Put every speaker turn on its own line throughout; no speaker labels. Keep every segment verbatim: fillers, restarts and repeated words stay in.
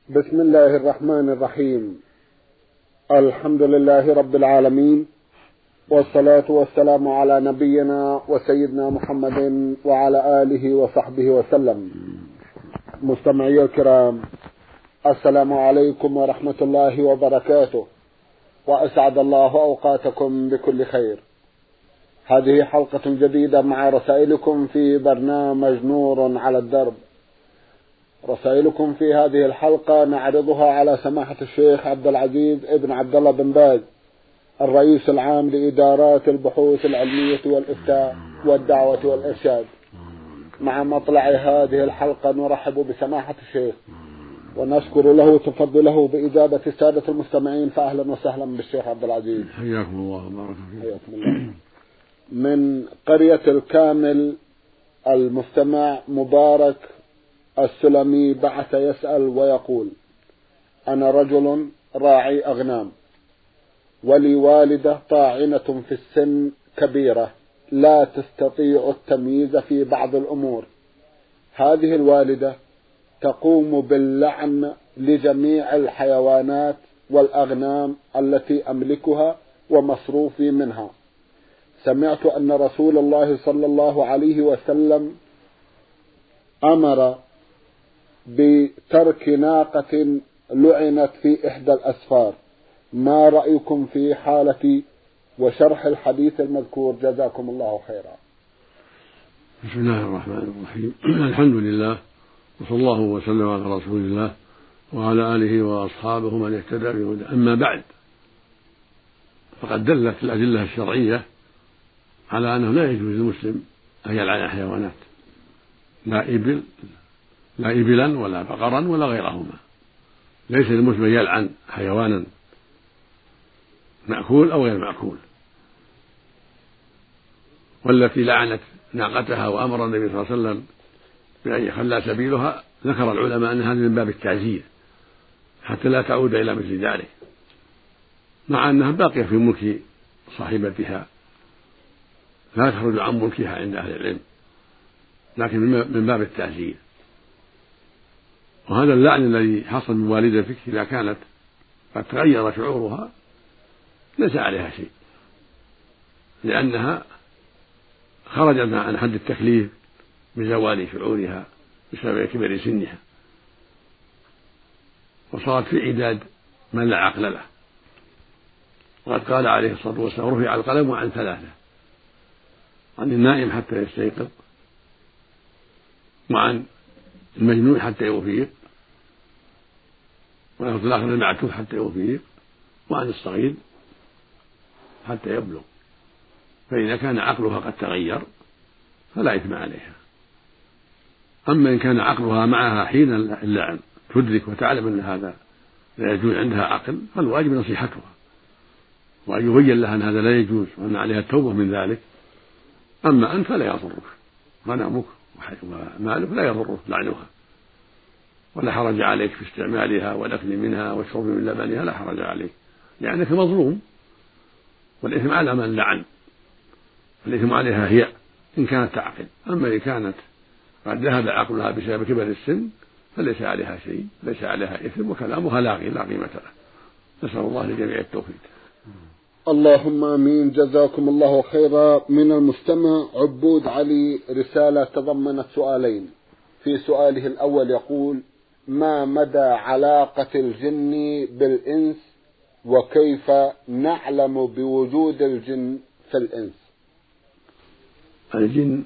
بسم الله الرحمن الرحيم. الحمد لله رب العالمين، والصلاة والسلام على نبينا وسيدنا محمد وعلى آله وصحبه وسلم. مستمعي الكرام، السلام عليكم ورحمة الله وبركاته، وأسعد الله أوقاتكم بكل خير. هذه حلقة جديدة مع رسائلكم في برنامج نور على الدرب. رسائلكم في هذه الحلقة نعرضها على سماحة الشيخ عبد العزيز ابن عبد الله بن باز، الرئيس العام لإدارات البحوث العلمية والإفتاء والدعوة والإرشاد. مع مطلع هذه الحلقة نرحب بسماحة الشيخ ونشكر له تفضله بإجابة السادة المستمعين، فأهلا وسهلا بالشيخ عبد العزيز.
حياكم الله وبارك فيكم.
حياكم الله. من قرية الكامل المستمع مبارك السلمي بعث يسأل ويقول: أنا رجل راعي أغنام، ولي والدة طاعنة في السن كبيرة لا تستطيع التمييز في بعض الأمور. هذه الوالدة تقوم باللعن لجميع الحيوانات والأغنام التي أملكها ومصروفي منها. سمعت أن رسول الله صلى الله عليه وسلم أمر بترك ناقة لعنت في إحدى الأسفار. ما رأيكم في حالتي وشرح الحديث المذكور؟ جزاكم الله خيرا.
بسم الله الرحمن الرحيم. الحمد لله، وصلى الله وسلم على رسول الله وعلى آله وأصحابه من اهتدى بهداه. أما بعد، فقد دلت الأدلة الشرعية على أنه لا يجوز للمسلم أن يلعن حيوانات، لا إبل لا إبلا ولا بقرا ولا غيرهما. ليس للمسلم أن يلعن حيوانا مأكول أو غير مأكول. والتي لعنت ناقتها وأمر النبي صلى الله عليه وسلم بأن يخلى سبيلها، ذكر العلماء أن هذا من باب التعزير حتى لا تعود إلى مثل ذلك، مع أنها باقية في ملك صاحبتها لا تخرج عن ملكها عند أهل العلم، لكن من باب التعزير. وهذا اللعن الذي حصل من والدتك إذا كانت قد تغير شعورها ليس عليها شيء، لأنها خرجت عن حد التكليف بزوال شعورها بسبب كبر سنها، وصارت في عداد من لا عقل له. وقد قال عليه الصلاة والسلام: رفع القلم عن ثلاثة: عن النائم حتى يستيقظ، وعن المجنون حتى يفيق، واللفظ الآخر المعتوه حتى يفيق، وعن الصغير حتى يبلغ. فإذا كان عقلها قد تغير فلا إثم عليها. أما إن كان عقلها معها حين اللعن تدرك وتعلم أن هذا لا يجوز عندها عقل، فالواجب نصيحتها وأن يبين لها أن هذا لا يجوز وأن عليها التوبة من ذلك. أما أنت فلا يضرك، غنمك ومالك لا يضرك لعنها، ولا حرج عليك في استعمالها والأكل منها والشرب من لبنها، لا حرج عليك لأنك مظلوم، والإثم على من لعن، الإثم عليها هي إن كانت تعقل. أما إن كانت قد ذهب عقلها بسبب كبر السن فليس عليها شيء، ليس عليها إثم، وكلامها لاغي لا قيمة له. نسأل الله لجميع التوفيق.
اللهم آمين. جزاكم الله خيرا. من المستمع عبود علي رسالة تضمنت سؤالين. في سؤاله الأول يقول: ما مدى علاقة الجن بالإنس، وكيف نعلم بوجود الجن في الإنس؟
الجن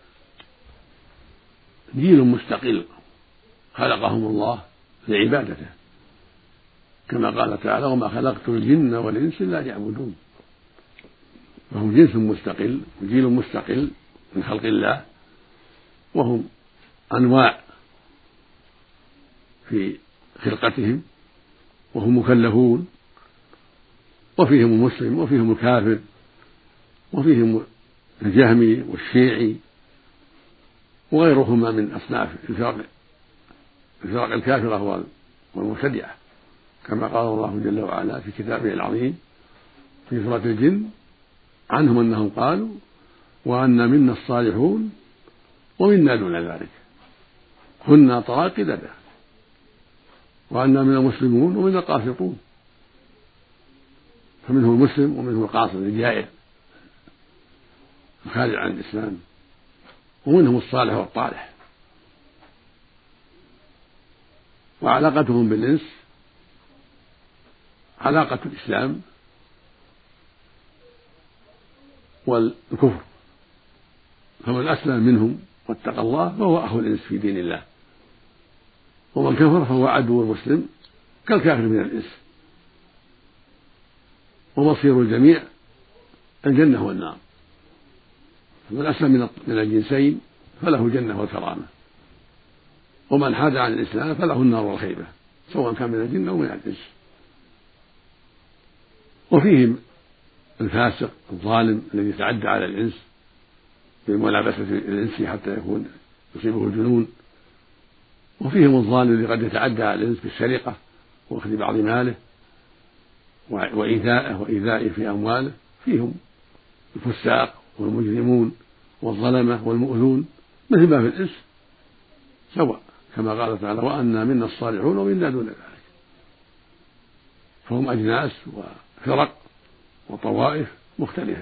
جيل مستقل خلقهم الله لعبادته، كما قال تعالى: وما خلقت الجن والإنس إلا ليعبدون. فهم جنس مستقل وجيل مستقل من خلق الله، وهم أنواع في خلقتهم، وهم مكلفون، وفيهم المسلم وفيهم الكافر، وفيهم الجهمي والشيعي وغيرهما من أصناف الفرق الكافرة والمبتدعة، كما قال الله جل وعلا في كتابه العظيم في سورة الجن عنهم أنهم قالوا: وأن منا الصالحون ومنا دون ذلك كنا طرائق قددا. وأنا من المسلمون ومن القاسطون، فمنه المسلم ومنه القاسط الجائر الخارج عن الإسلام، ومنهم الصالح والطالح. وعلاقتهم بالإنس علاقة الإسلام والكفر، فمن أسلم منهم واتقى الله فهو أخو الإنس في دين الله، ومن كفر فهو عدو المسلم كالكافر من الإنس، ومصير الجميع الجنة والنار. فمن أسلم من الجنسين فله جنة والكرامة، ومن حاد عن الإسلام فله النار والخيبة، سواء كان من الجن أو من الإنس. وفيهم الفاسق الظالم الذي يتعدى على الإنس بملابسة الإنس حتى يكون يصيبه الجنون، وفيهم الظالم الذي قد يتعدى على الإنس بالسرقة وأخذ بعض ماله وإيذائه وإيذائه في أمواله. فيهم الفساق والمجرمون والظلمة والمؤذون مثل ما في الإنس سواء، كما قال تعالى وأنا منا الصالحون ومنا دون ذلك. فهم أجناس وفرق وطوائف مختلفة،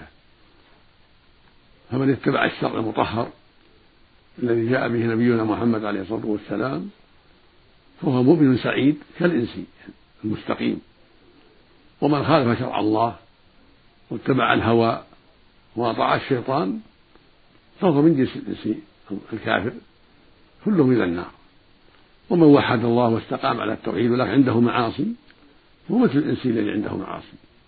فمن اتبع الشرع المطهر الذي جاء به نبينا محمد عليه الصلاة والسلام فهو مؤمن سعيد كالإنسي المستقيم، ومن خالف شرع الله واتبع الهوى وأطاع الشيطان فهو من جنس الإنسي الكافر كله من النار. ومن وحد الله واستقام على التوحيد ولكن عنده معاصي فهو مثل الإنسي الذي عنده معاصي،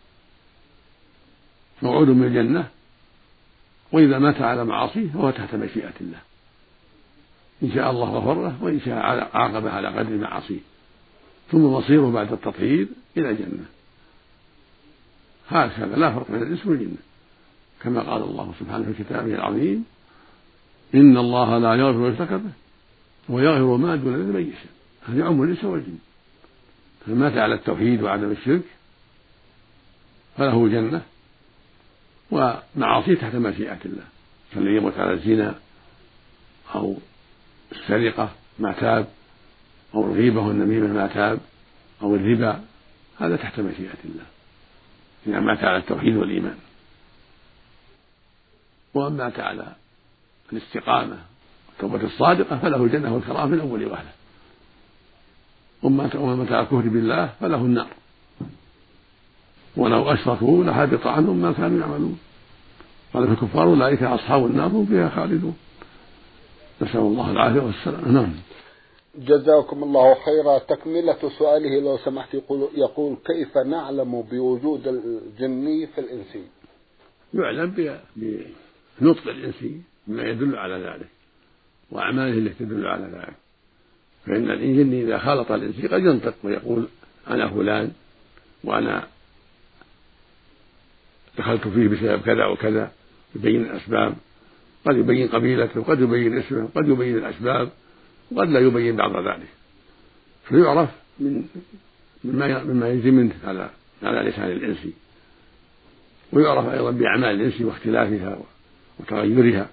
موعود من الجنة، وإذا مات على معاصيه فهو تحت مشيئة الله، إن شاء الله غفر له وإن شاء عاقبه على قدر معاصيه، ثم مصيره بعد التطهير إلى الجنة. هكذا لا فرق بين الإنس والجن، كما قال الله سبحانه في كتابه العظيم إن الله لا يغفر يشرك به ويغفر ما دون ذلك من يشاء. هذا يعم الإنس والجن، فمن مات على التوحيد وعدم الشرك فله جنة ومعاصيه تحت مشيئة الله، فالذي يموت على الزنا أو السرقة ما تاب، أو الغيبة والنميمة ما تاب، أو الربا، هذا تحت مشيئة الله إذا مات على التوحيد والإيمان. ومن مات على الاستقامة والتوبة الصادقة فله الجنة والكرامة من أول وهلة، ومن مات على الكفر بالله فله النار، ولو أشركوا لحبط عنهم ما كانوا يعملون. قال فالكفار أولئك أصحاب النار هم فيها خالدون، نسأل الله العافية والسلام. نعم.
جزاكم الله خيرا. تكملة سؤاله لو سمحت يقول, يقول كيف نعلم بوجود الجني في الإنسي؟
يعلم بنطق الإنسي بما يدل على ذلك وأعماله التي تدل على ذلك، فإن الجني إذا خالط الإنسي قد ينطق ويقول أنا فلان وأنا دخلت فيه بسبب كذا وكذا، يبين الأسباب، قد يبين قبيلته وقد يبين اسمه وقد يبين الأسباب وقد لا يبين بعض ذلك، فيعرف من مما مما يجري منه على على لسان الإنسي، ويعرف أيضا بأعمال الإنس واختلافها وتغيرها،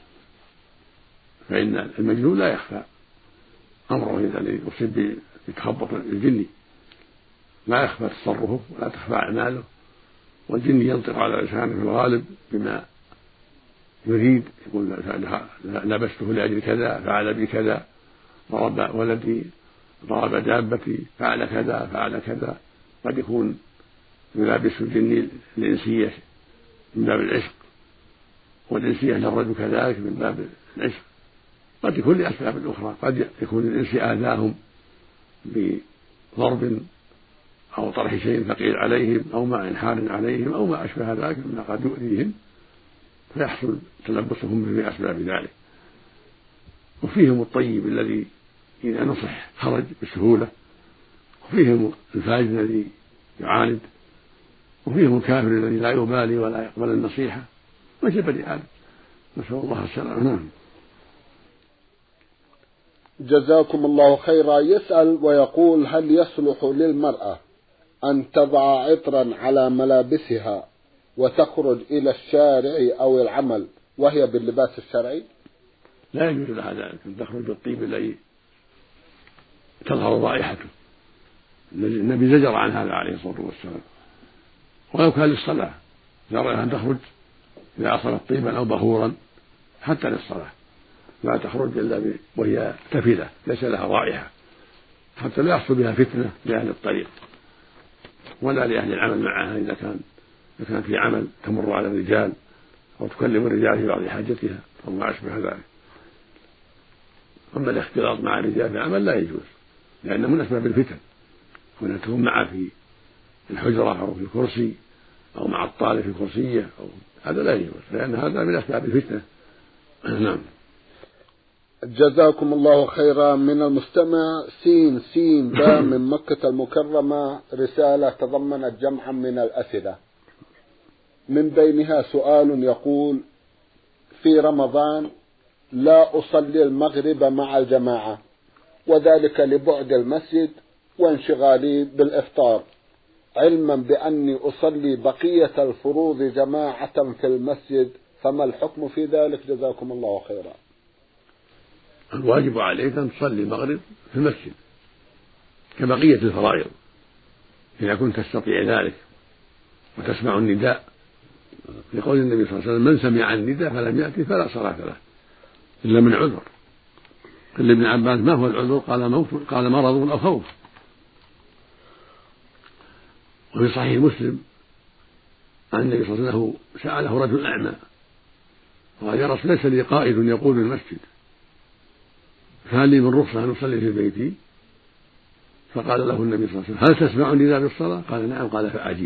فإن المجنون لا يخفى أمره إذا يصيب بتخبط الجني، لا يخفى تصرفه ولا تخفى أعماله، والجن ينطق على لسانه في الغالب بما يريد، يقول لبسته لأجل كذا فعل بي كذا، ضرب ولدي ضرب دابتي فعل كذا فعل كذا. قد يكون يلابس الجن الإنسية من باب العشق، والإنسية جرد كذلك من باب العشق، قد يكون لأسباب أخرى، قد يكون الإنس آذاهم بضرب أو طرح شيء ثقيل عليهم أو ماء حار عليهم أو ما أشبه ذلك مما قد يؤذيهم فيحصل تلبسهم بأسباب ذلك. وفيهم الطيب الذي إذا نصح خرج بسهولة، وفيهم الفاجر الذي يعاند، وفيهم الكافر الذي لا يبالي ولا يقبل النصيحة، مثل بني آدم، نسأل الله السلامة. نعم.
جزاكم الله خيرا. يسأل ويقول هل يصلح للمرأة أن تضع عطرا على ملابسها وتخرج إلى الشارع أو العمل وهي باللباس الشرعي؟
لا يجوز لها ذلك، أن تخرج بالطيب الذي تظهر رائحته، النبي زجر عن هذا عليه الصلاة والسلام. ولو كان للصلاة جرى أن تخرج إذا أصلت طيبا أو بخورا حتى للصلاة، لا تخرج إلا وهي تفلة ليس لها رائحة، حتى لا يحصل بها فتنة لأهل الطريق ولا لأهل العمل معها. إذا كان إذا كان في عمل تمر على الرجال أو تكلم الرجال في بعض حاجتها أو ما أشبه ذلك. أما الاختلاط مع الرجال في العمل لا يجوز، لأنه من أسباب الفتن، وأن تكون معه في الحجرة أو في الكرسي أو مع الطالب في الكرسية أو هذا لا يجوز، لأن هذا من أسباب الفتنة. نعم.
جزاكم الله خيرا. من المستمع سين سين با من مكة المكرمة رسالة تضمنت جمعا من الأسئلة، من بينها سؤال يقول: في رمضان لا أصلي المغرب مع الجماعة، وذلك لبعد المسجد وانشغالي بالإفطار، علما بأني أصلي بقية الفروض جماعة في المسجد، فما الحكم في ذلك؟ جزاكم الله خيرا.
الواجب عليك أن تصلي المغرب في المسجد كبقية الفرائض إذا كنت تستطيع ذلك وتسمع النداء، لقول النبي صلى الله عليه وسلم: من سمع النداء فلم يأتي فلا صلاة له إلا من عذر. قال لابن عباس: ما هو العذر؟ قال موت، قال مرض أو خوف. وفي صحيح مسلم عن النبي صلى الله عليه وسلم سأله رجل أعمى وقال: يا رسول، ليس لي قائد يقود المسجد، فهل لي من رخصة أن أصلي في بيتي؟ فقال له النبي صلى الله عليه وسلم: هل تسمع النداء بالصلاة؟ قال: نعم. قال: فأجب.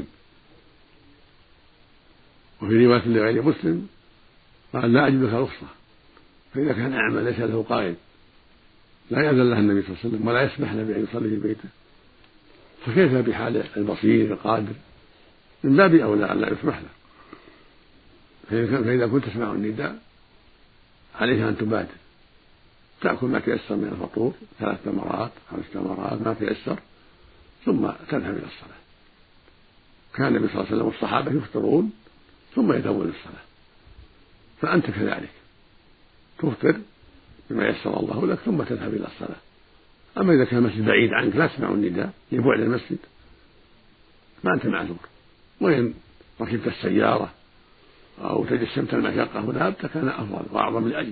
وفي رواية لغير مسلم قال: لا أجد لك رخصة. فإذا كان أعمى ليس له قائد لا يأذن له النبي صلى الله عليه وسلم ولا يسمح له بأن يصلي في بيته، فكيف بحال البصير القادر؟ من باب أولى أن لا يسمح له. فإذا كنت تسمع النداء عليها أن تبادر، تأكل ما تيسر من الفطور، ثلاث تمرات خمس تمرات ما تيسر، ثم تذهب إلى الصلاة. كان النبي صلى الله عليه وسلم والصحابة يفطرون ثم يذهبون للصلاة، فأنت كذلك تفطر بما يسر الله لك ثم تذهب إلى الصلاة. أما إذا كان المسجد بعيد عنك لا تسمع النداء لبعد المسجد ما أنت معذور، وإن ركبت السيارة أو تجسمت المشقة وذهبت كان أفضل وأعظم لأجلك.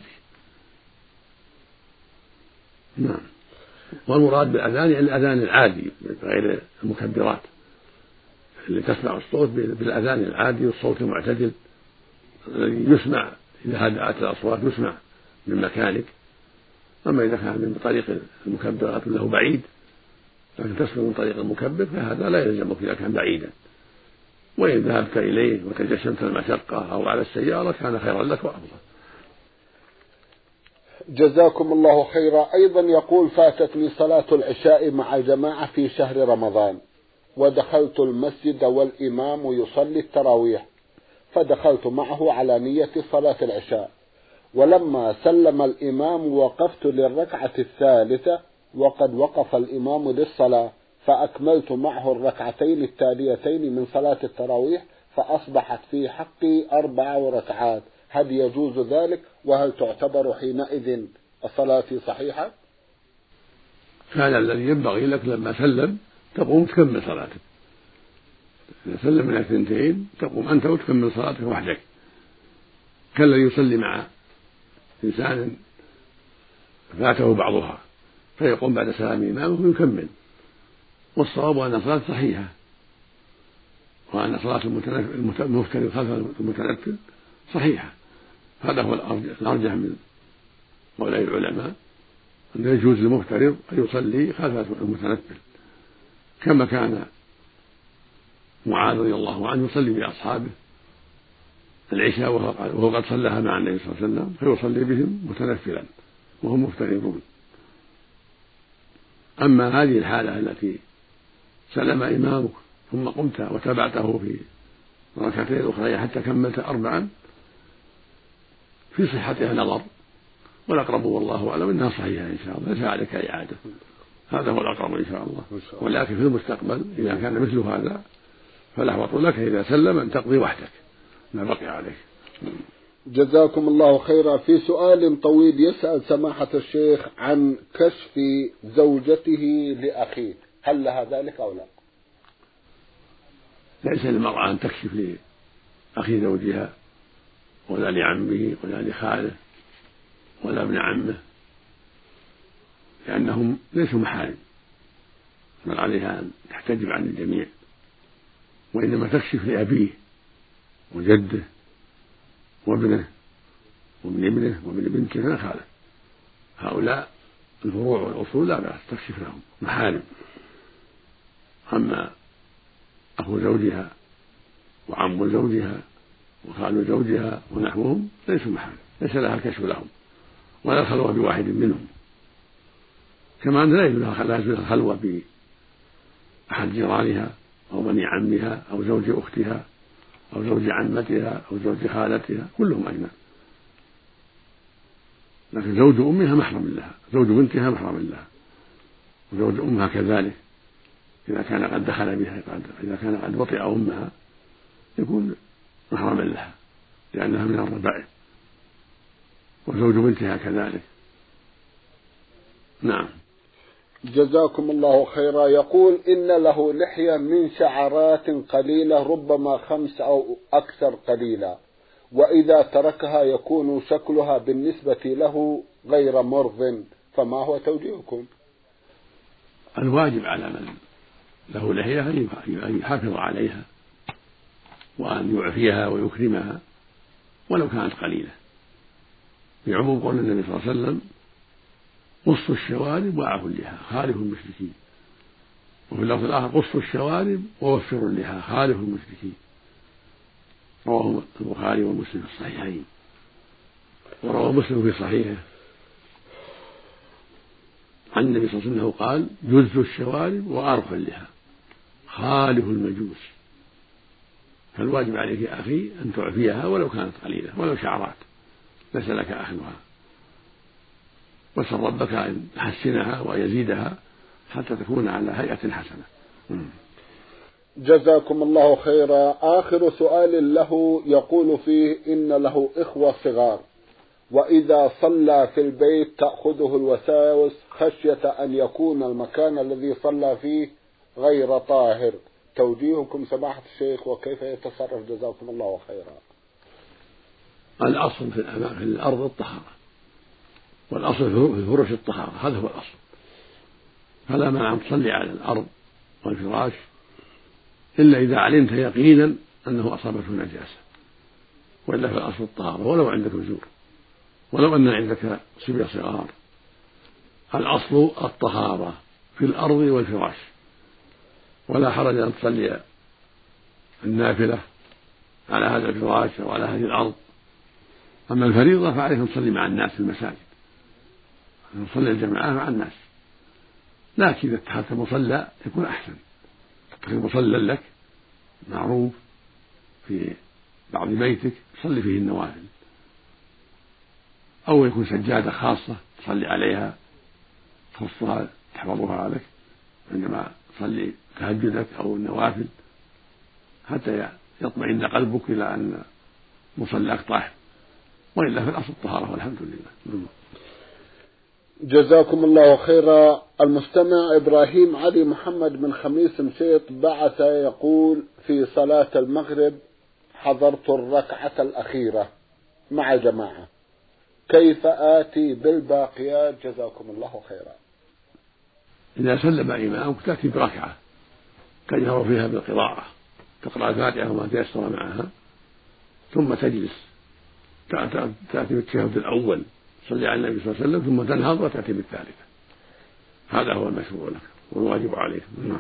نعم. والمراد بالأذان يعني الأذان العادي غير المكبرات، اللي تسمع الصوت بالأذان العادي والصوت المعتدل الذي يسمع إذا هدأت الأصوات يسمع من مكانك. أما إذا كان من طريق المكبرات له بعيد لكن تسمع من طريق المكبر فهذا لا يلزمك إذا كان بعيدا، وإن ذهبت إليه وتجشمت المشقة أو على السيارة كان خيرا لك وأفضل.
جزاكم الله خيرا. أيضا يقول: فاتتني صلاة العشاء مع الجماعة في شهر رمضان، ودخلت المسجد والإمام يصلي التراويح، فدخلت معه على نية صلاة العشاء، ولما سلم الإمام وقفت للركعة الثالثة وقد وقف الإمام للصلاة، فأكملت معه الركعتين التاليتين من صلاة التراويح، فأصبحت في حقي أربع ركعات، هل يجوز ذلك؟ وهل تعتبر حينئذ الصلاة صحيحة؟
كان الذي ينبغي لك لما سلم تقوم تكمل صلاتك، إذا سلم من الثنتين تقوم أنت وتكمل صلاتك وحدك، كالذي يصلي مع إنسان فاته بعضها فيقوم بعد سلام إمامه ويكمل. والصواب أن الصلاة صحيحة، وأن صلاة المفترض خلف المتنفل صحيحة. هذا هو الأرجح من قولي العلماء، أنه يجوز للمفترض أن يصلي خلف المتنفل، كما كان معاذ رضي الله عنه يصلي بأصحابه العشاء وهو قد صلىها مع النبي صلى الله عليه وسلم، فيصلي بهم متنفلا وهم مفترضون. أما هذه الحالة التي سلم إمامك ثم قمت وتابعته في ركعتين الأخرى حتى كملت أربعا في صحتها نظر، والأقرب والله أعلم أنها صحيحة إن شاء الله، ليس عليك إعادة، هذا هو الأقرب إن شاء الله. ولكن في المستقبل إذا كان مثل هذا فالأحوط لك إذا سلم أن تقضي وحدك ما بقي عليك.
جزاكم الله خيرا. في سؤال طويل يسأل سماحة الشيخ عن كشف زوجته لأخيه، هل لها ذلك أو لا؟
ليس للمرأة أن تكشف لأخي زوجها ولا لعمه ولا لخاله ولا ابن عمه، لأنهم ليسوا محارم، بل عليها أن تحتجب عن الجميع، وإنما تكشف لأبيه وجده وابنه وابن ابنه وابن بنته من خاله. هؤلاء الفروع والأصول لا بأس تكشف لهم محارم. أما أخو زوجها وعم زوجها وخال زوجها ونحوهم ليسوا محارم، ليس لها الكشف لهم ولا الخلوة بواحد منهم، كما أن لا يجوز لها الخلوة بأحد جيرانها أو بني عمها أو زوج أختها أو زوج عمتها أو زوج خالتها، كلهم أجنبي. لكن زوج أمها محرم لها، زوج بنتها محرم لها، وزوج أمها كذلك إذا كان قد دخل بها، إذا كان قد وطئ أمها يكون محرما لها لأنها من الربائع، وزوج بنتها كذلك. نعم.
جزاكم الله خيرا. يقول إن له لحية من شعرات قليلة ربما خمس أو أكثر قليلة، وإذا تركها يكون شكلها بالنسبة له غير مرض، فما هو توجيهكم؟
الواجب على من له لحية أن يحافظ عليها وأن يعفيها ويكرمها ولو كانت قليلة، بعموم قول النبي صلى الله عليه وسلم: قصوا الشوارب وأعفوا اللحى خالفوا المشركين، وفي اللفظ الآخر: قصوا الشوارب ووفروا اللحى خالفوا المشركين. رواه البخاري ومسلم في الصحيحين. وروى مسلم في صحيحه عن النبي صلى الله عليه وسلم قال: جزوا الشوارب وأرخوا اللحى خالفوا المجوس. فالواجب عليك يا أخي أن تعفيها ولو كانت قليلة ولو شعرات، ليس لك أخذها، واسأل ربك أن يحسنها ويزيدها حتى تكون على هيئة حسنة.
جزاكم الله خيرا. آخر سؤال له يقول فيه إن له إخوة صغار، وإذا صلى في البيت تأخذه الوساوس خشية أن يكون المكان الذي صلى فيه غير طاهر، توجيهكم سماحة الشيخ وكيف يتصرف؟ جزاكم الله خيرا.
الأصل في الأرض الطهارة، والأصل في الفرش الطهارة، هذا هو الأصل، فلا مانع أن تصلي على الأرض والفراش إلا إذا علمت يقينا أنه أصابته نجاسة، وإلا في الأصل الطهارة ولو عندك وزور، ولو أن عندك صبية صغار. الأصل الطهارة في الأرض والفراش، ولا حرج أن تصلي النافلة على هذا الفراش أو على هذه الأرض. أما الفريضة فعليك أن تصلي مع الناس في المساجد، أن تصلي الجماعة مع الناس، لكن إذا اتخذت مصلى يكون أحسن، تتخذ مصلى لك معروف في بعض بيتك تصلي فيه النوافل، أو يكون سجادة خاصة تصلي عليها تخصها تحفظها لك عندما تصلي تهجدك أو النوافل، حتى يطمئن قلبك إلى أن مصلاك طاهر، وإلا في الأصل الطهارة والحمد لله.
جزاكم الله خيرا. المستمع إبراهيم علي محمد من خميس مشيط بعث يقول: في صلاة المغرب حضرت الركعة الأخيرة مع جماعة، كيف آتي بالباقيات؟ جزاكم الله خيرا.
إذا سلم إمامك تأتي بركعة تجهر فيها بالقراءة، تقرأ الفاتحة وما تيسر معها، ثم تجلس تأتي بالتشهد الأول صلي على النبي صلى الله عليه وسلم، ثم تنهض وتأتي بالثالثة. هذا هو المشروع لك والواجب عليك.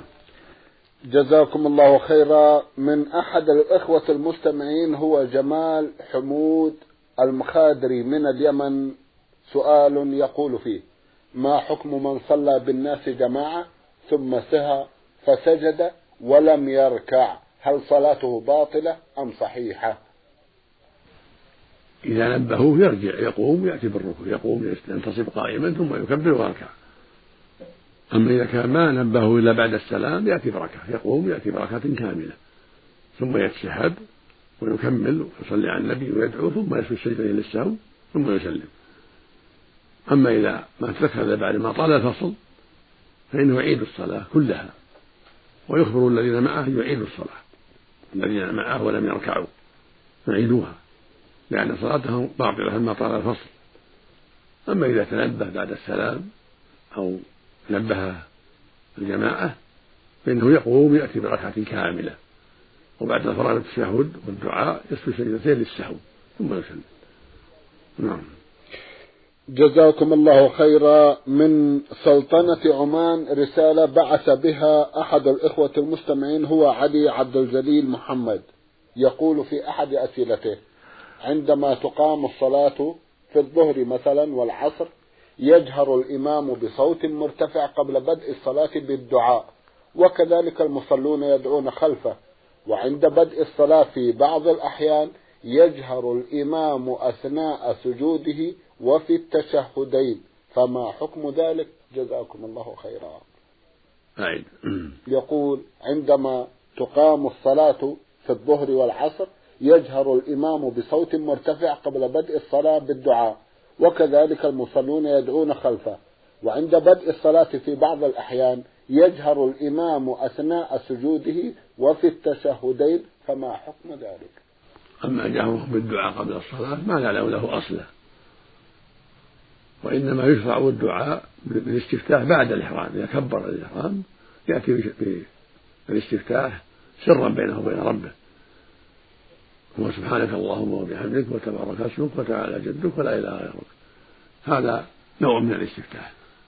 جزاكم الله خيرا. من أحد الإخوة المستمعين هو جمال حمود المخادري من اليمن، سؤال يقول فيه: ما حكم من صلى بالناس جماعة ثم سهى فسجد ولم يركع، هل صلاته باطلة أم صحيحة؟
إذا نبهوه يرجع يقوم يأتي بالركوع، يقوم ينتصب قائما ثم يكبر ويركع. أما إذا كان ما نبهه إلا بعد السلام يأتي بركعة، يقوم يأتي بركعة كاملة ثم يتشهد ويكمل ويصلي على النبي ويدعو ثم يسجد سجدتين للسهو ثم يسلم. أما إذا ما تذكر بعد ما طال الفصل فإنه يعيد الصلاة كلها، ويخبر الذين معه يعيدوا الصلاة، الذين معه ولم يركعوا يعيدوها، لأن صلاتهم باطلة لما طال الفصل. أما إذا تنبه بعد السلام أو نبه الجماعة فإنه يقوم يأتي بركعة كاملة، وبعد الفراغ التشهد والدعاء يسجد سجدتين للسهو ثم يسلم. نعم.
جزاكم الله خيرا. من سلطنة عمان رسالة بعث بها أحد الإخوة المستمعين، هو علي عبد الجليل محمد، يقول في أحد أسئلته: عندما تقام الصلاة في الظهر مثلا والعصر يجهر الإمام بصوت مرتفع قبل بدء الصلاة بالدعاء، وكذلك المصلون يدعون خلفه، وعند بدء الصلاة في بعض الأحيان يجهر الإمام أثناء سجوده وفي التشهدين، فما حكم ذلك؟ جزاكم الله خيرا.
أعيد.
يقول: عندما تقام الصلاة في الظهر والعصر يجهر الإمام بصوت مرتفع قبل بدء الصلاة بالدعاء، وكذلك المصلون يدعون خلفه، وعند بدء الصلاة في بعض الأحيان يجهر الإمام أثناء سجوده وفي التشهدين، فما حكم ذلك؟
أما جهره بالدعاء قبل الصلاة ما نعلم له أصلا، وإنما يشرع الدعاء بالاستفتاح بعد الإحرام. إذا كبر الإحرام يأتي بالاستفتاح سرا بينه وبين ربه، هو سبحانك اللهم وبحمدك وتبارك اسمك وتعالى جدك ولا إله غيرك. هذا نوع من الاستفتاح،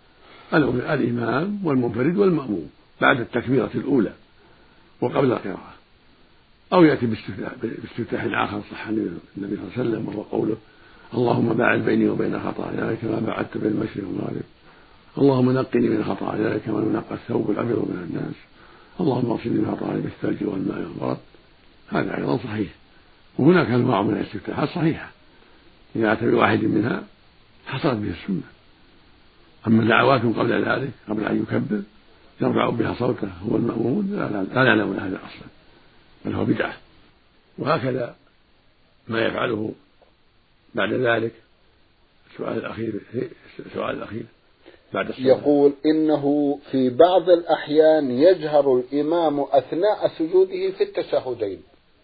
الإمام والمنفرد والمأموم بعد التكبيرة الأولى وقبل القراءة. أو يأتي باستفتاح آخر صح النبي صلى الله عليه وسلم، وهو قوله: اللهم باعد بيني وبين خطاياي كما باعدت بين المشرق والمغرب، اللهم نقني من خطاياي كما ينقى الثوب الأبيض من الناس، اللهم اغسلني من خطاياي بالثلج والماء والبرد. هذا أيضا صحيح. وهناك أنواع من الاستفتاحات صحيحة، إذا أتى بواحد منها حصلت به السنة. أما دعوات قبل ذلك قبل أن يكبر يرفع بها صوته هو المأمون لا نعلم هذا أصلا، بل هو بدعة. وهكذا ما يفعله بعد ذلك. السؤال الأخير السؤال الأخير بعد الصلاة
يقول: إنه في بعض الأحيان يجهر الإمام أثناء سجوده في التشهدين.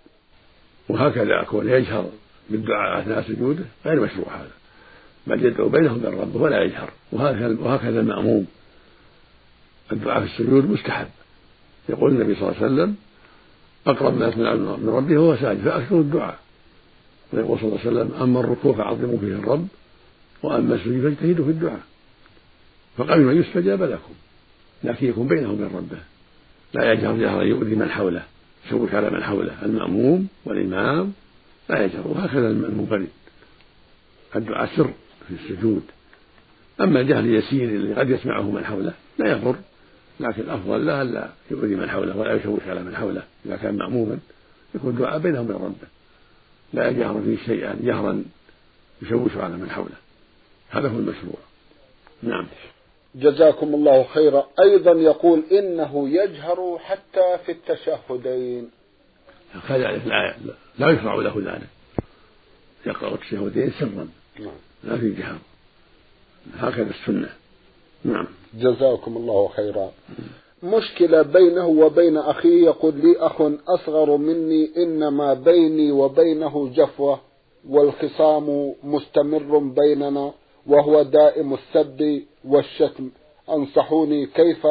وهكذا أكون يجهر بالدعاء أثناء سجوده غير مشروع هذا، بل يدعو بينهم وبين ربه ولا يجهر. وهكذا المأموم الدعاء في السجود مستحب. يقول النبي صلى الله عليه وسلم: أقرب ما يكون من ربه هو ساجد فأكثروا الدعاء. ويقول صلى الله عليه وسلم: أما الركوع فعظموا فيه الرب، وأما السجود فاجتهدوا في الدعاء، فقبل ما يستجاب لكم، لكن يكون بينه وبين ربه، لا يجهر جهرا يؤذي من حوله يشوش على من حوله. المأموم والإمام لا يجهر، وهكذا المنفرد الدعاء سر في السجود. أما الجهر اليسير اللي قد يسمعه من حوله لا يضر، لكن الأفضل لا ألا يؤذي من حوله ولا يشوش على من حوله. إذا كان مأموما يكون دعاء بينه وبين ربه، لا يجهر فيه شيئا جهرا يشوش على من حوله. هذا هو المشروع. نعم.
جزاكم الله خيرا. أيضا يقول: إنه يجهر حتى في التشهدين.
كذلك لا, لا يشرع له ذلك، يقرأ التشهدين سرا لا في جهر، هكذا السنة. نعم.
جزاكم الله خيرا. مشكلة بينه وبين أخيه، يقول: لي أخ أصغر مني إنما بيني وبينه جفوة، والخصام مستمر بيننا، وهو دائم السب والشتم، أنصحوني كيف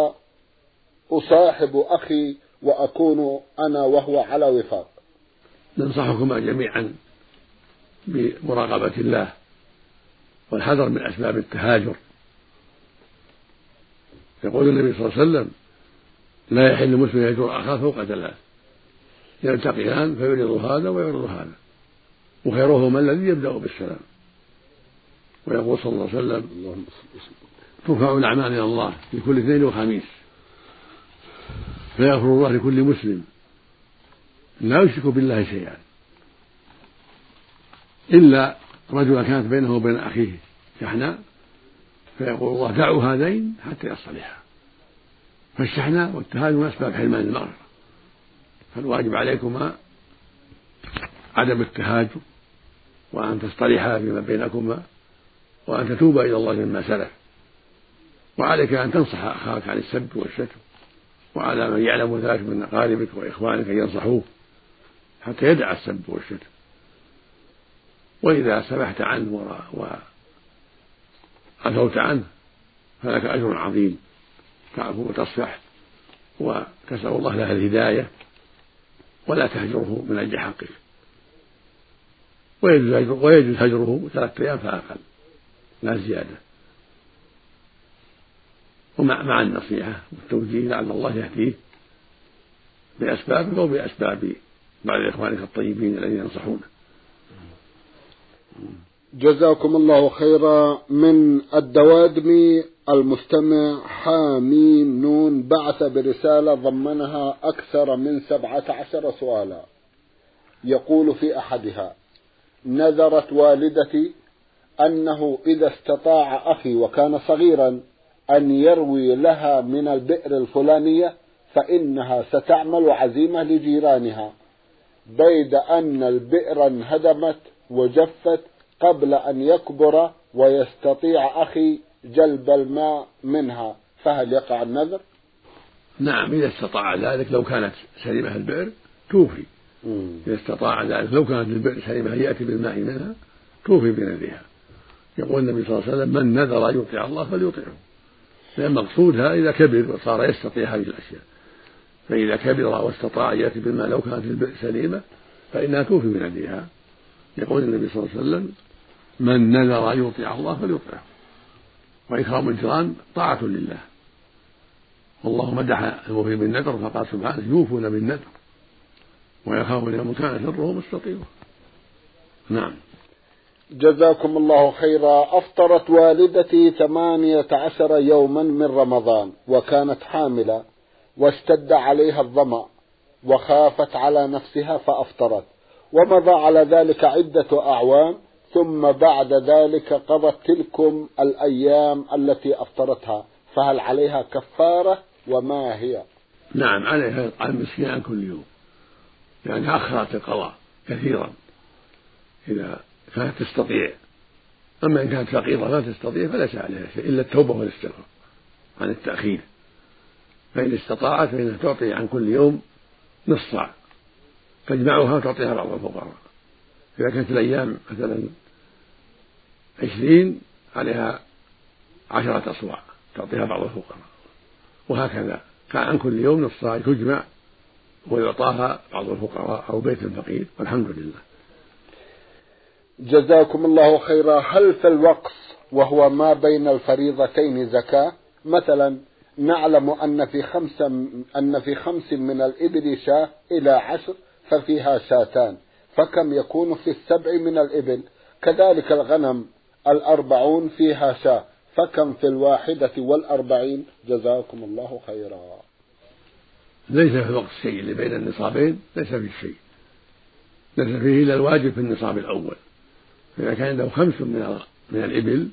أصاحب أخي وأكون أنا وهو على وفاق.
ننصحكما جميعا بمراقبة الله والحذر من أسباب التهاجر. يقول النبي صلى الله عليه وسلم: لا يحل مسلم يهجر أخاه فوق ثلاث، يلتقيان فيعرض هذا ويعرض هذا، وخيرهما الذي يبدأ بالسلام. ويقول صلى الله عليه وسلم: ترفع الأعمال إلى الله في كل اثنين وخميس، فيغفر الله لكل مسلم لا يشرك بالله شيئا إلا رجل كانت بينه وبين أخيه شحناء، فيقول الله: دعوا هذين حتى يصطلحا. فالشحناء والتهاجم من أسباب حرمان المغفرة، فالواجب عليكما عدم التهاجم، وأن تصطلحا فيما بينكما، وأن تتوبا إلى الله مما سلف، وعليك أن تنصح أخاك عن السب والشتم، وعلى من يعلم ذلك من أقاربك وإخوانك أن ينصحوه حتى يدع السب والشتم. وإذا سمحت عنه وعفوت عنه فلك أجر عظيم، تعفو وتصفح وتسأل الله له الهداية، ولا تهجره من أجل حقك، ويجوز هجره ثلاثة أيام فأقل لا زيادة، ومع مع النصيحة والتوجيه لعل الله يهديه بأسبابك أو بأسباب بعض إخوانك الطيبين الذين ينصحونه.
جزاكم الله خيرا. من الدوادمي المستمع حاميم نون بعث برسالة ضمنها أكثر من سبعة عشر سؤالا، يقول في أحدها: نذرت والدتي أنه إذا استطاع أخي وكان صغيرا أن يروي لها من البئر الفلانية فإنها ستعمل عزيمة لجيرانها، بيد أن البئر انهدمت وجفت قبل أن يكبر ويستطيع أخي جلب الماء منها، فهل يقع النذر؟
نعم، إذا استطاع ذلك. لو كانت سليمة البئر توفي. مم. إذا استطاع ذلك، لو كانت البئر سليمة يأتي بالماء منها توفي بنذرها. يقول النبي صلى الله عليه وسلم: من نذر أن يطيع الله فليطيعه. لأن مقصودها إذا كبر وصار يستطيع هذه الأشياء، فإذا كبر واستطاع يأتي بالماء لو كانت البئر سليمة فإنها توفي بنذرها. يقول النبي صلى الله عليه وسلم: من نذر أن يطيع الله فليطيعه. وإكرام الجيران طاعة لله، والله مدح الموفي بالنذر فقال سبحانه: يوفون بالنذر ويخافون يوما كان شره مستطيرا. نعم.
جزاكم الله خيرا. أفطرت والدتي ثمانية عشر يوما من رمضان وكانت حاملة، واشتد عليها الظمأ وخافت على نفسها فأفطرت، ومضى على ذلك عدة أعوام، ثم بعد ذلك قضت تلكم الأيام التي أفطرتها، فهل عليها كفارة وما هي؟
نعم، عليها على المسكين كل يوم، يعني أخرت القضاء كثيرا إذا كانت تستطيع. أما إن كانت فقيرة لا تستطيع فليس عليها شيء إلا التوبة والاستغفار عن التأخير. فإن استطاعت فإنها تعطي عن كل يوم نصف صاع، تجمعها وتعطيها بعض الفقراء. إذا كانت الأيام مثلا عشرين عليها عشرة أصواع تعطيها بعض الفقراء، وهكذا كان عن كل يوم نصف صاع تجمع ويعطاها بعض الفقراء أو بيت فقير، والحمد لله.
جزاكم الله خيرا. هل في الوقف وهو ما بين الفريضتين زكاة؟ مثلا نعلم أن في خمس أن في خمس من الإبل شاة إلى عشر ففيها شاتان، فكم يكون في السبع من الإبل؟ كذلك الغنم الأربعون فيها شاة، فكم في الواحدة والأربعين؟ جزاكم الله خيرا.
ليس في الوقت الشيء اللي بين النصابين، ليس فيه شيء، ليس فيه إلا الواجب في النصاب الأول. فإذا كان عنده خمس من من الإبل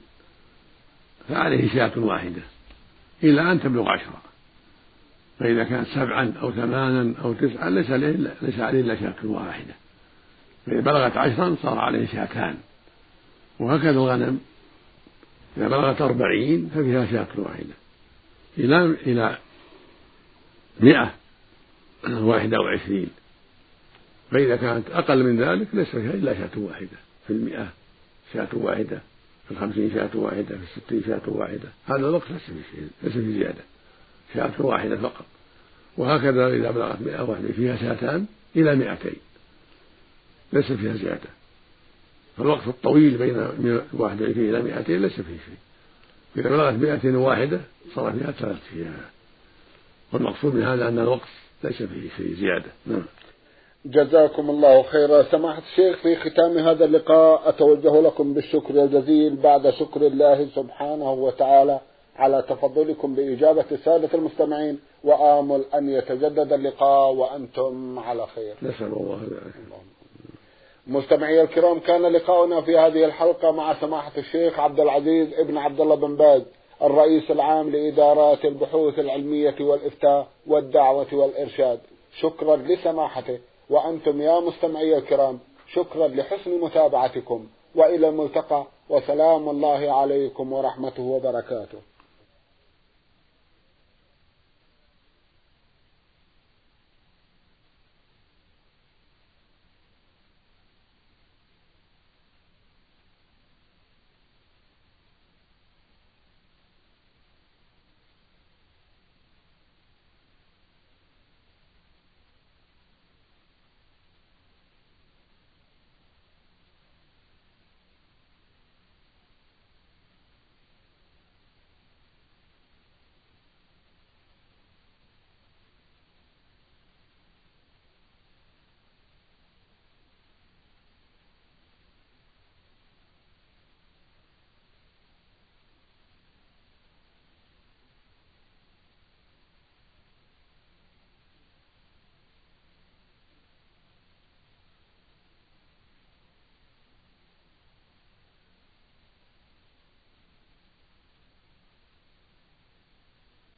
فعليه شاة واحدة إلى أن تبلغ عشرة، فإذا كانت سبعا أو ثمانا أو تسعا ليس عليه ليس عليه إلا شاة واحدة، فإذا بلغت عشرا صار عليه شاتان. وهكذا الغنم إذا بلغت أربعين ففيها شاة واحدة إلى إلى مئة واحدة وعشرين، فإذا كانت أقل من ذلك ليس فيها إلا شاة واحدة. في المئة شاة واحدة، في الخمسين شاة واحدة، في الستين شاة واحدة. هذا الوقت ليس فيه شيء، ليس فيه زيادة، شاة واحدة فقط. وهكذا إذا بلغت مئة واحدة فيها شاتان إلى مئتين، ليس فيها زيادة. فالوقت الطويل بين واحد وعشرين إلى مئتين ليس فيه شيء. إذا بلغت مئتين واحدة صار فيها ثلاث شياه. والمقصود من هذا أن الوقت ليس فيه شيء زيادة. نعم.
جزاكم الله خيرا. سماحة الشيخ، في ختام هذا اللقاء أتوجه لكم بالشكر الجزيل بعد شكر الله سبحانه وتعالى على تفضلكم بإجابة السادة المستمعين، وآمل أن يتجدد اللقاء وأنتم على خير.
نسأل الله ذلك.
مستمعي الكرام، كان لقاؤنا في هذه الحلقة مع سماحة الشيخ عبد العزيز ابن عبد الله بن باز، الرئيس العام لإدارات البحوث العلمية والإفتاء والدعوة والإرشاد. شكرا لسماحته، وأنتم يا مستمعي الكرام شكرا لحسن متابعتكم، وإلى الملتقى، وسلام الله عليكم ورحمته وبركاته.